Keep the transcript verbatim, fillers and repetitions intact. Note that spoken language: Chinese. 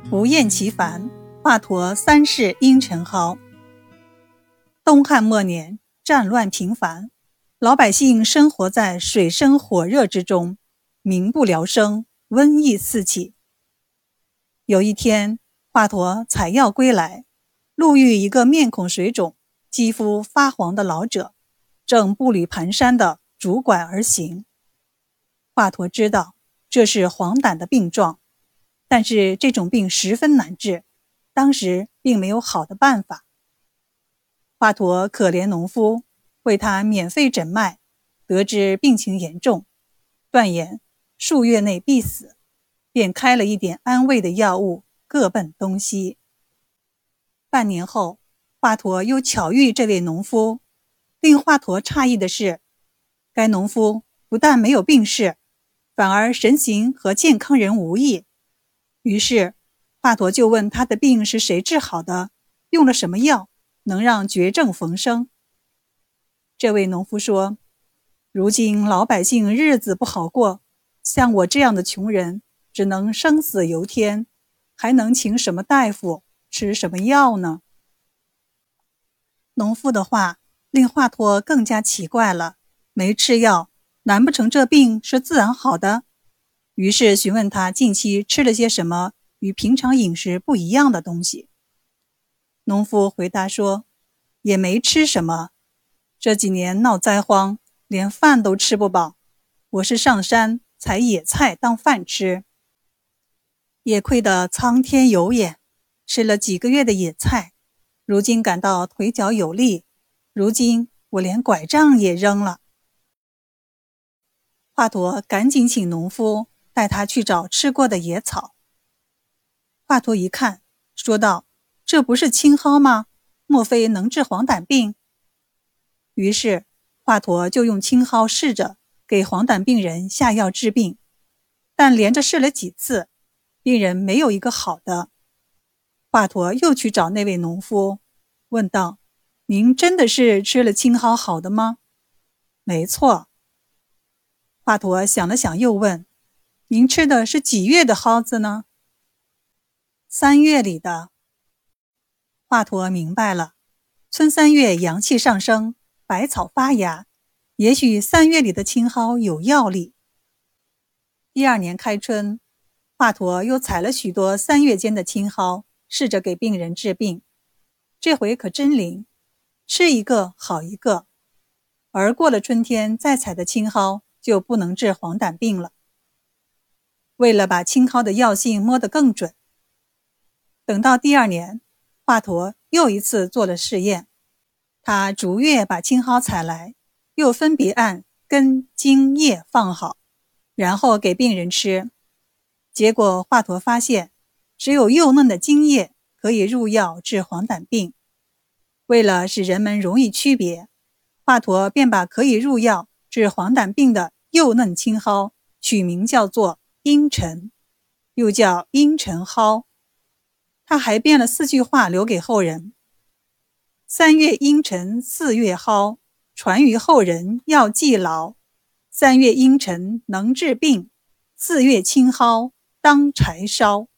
不厌其烦，华佗三世阴沉蒿。东汉末年，战乱频繁，老百姓生活在水深火热之中，民不聊生，瘟疫四起。有一天，华佗采药归来，路遇一个面孔水肿、肌肤发黄的老者，正步履蹒跚地拄拐而行。华佗知道这是黄疸的病状，但是这种病十分难治，当时并没有好的办法。华佗可怜农夫，为他免费诊脉，得知病情严重，断言数月内必死，便开了一点安慰的药物，各奔东西。半年后，华佗又巧遇这位农夫，令华佗诧异的是，该农夫不但没有病逝，反而神形和健康人无异。于是华佗就问他的病是谁治好的，用了什么药，能让绝症逢生。这位农夫说，如今老百姓日子不好过，像我这样的穷人只能生死由天，还能请什么大夫，吃什么药呢？农夫的话令华佗更加奇怪了，没吃药，难不成这病是自然好的？于是询问他近期吃了些什么与平常饮食不一样的东西。农夫回答说，也没吃什么，这几年闹灾荒，连饭都吃不饱，我是上山采野菜当饭吃，也亏得苍天有眼，吃了几个月的野菜，如今感到腿脚有力，如今我连拐杖也扔了。华佗赶紧请农夫带他去找吃过的野草。华佗一看，说道，这不是青蒿吗？莫非能治黄疸病？于是华佗就用青蒿试着给黄疸病人下药治病，但连着试了几次，病人没有一个好的。华佗又去找那位农夫，问道，您真的是吃了青蒿好的吗？没错。华佗想了想又问，您吃的是几月的蒿子呢？三月里的。华佗明白了，春三月阳气上升，百草发芽，也许三月里的青蒿有药力。第二年开春，华佗又采了许多三月间的青蒿，试着给病人治病，这回可真灵，吃一个好一个。而过了春天再采的青蒿就不能治黄疸病了。为了把青蒿的药性摸得更准，等到第二年，华佗又一次做了试验，他逐月把青蒿采来，又分别按根、茎、叶放好，然后给病人吃。结果华佗发现，只有幼嫩的茎叶可以入药治黄疸病。为了使人们容易区别，华佗便把可以入药治黄疸病的幼嫩青蒿取名叫做阴沉，又叫阴沉蒿。他还编了四句话留给后人：三月阴沉四月蒿，传于后人要记牢。三月阴沉能治病，四月青蒿当柴烧。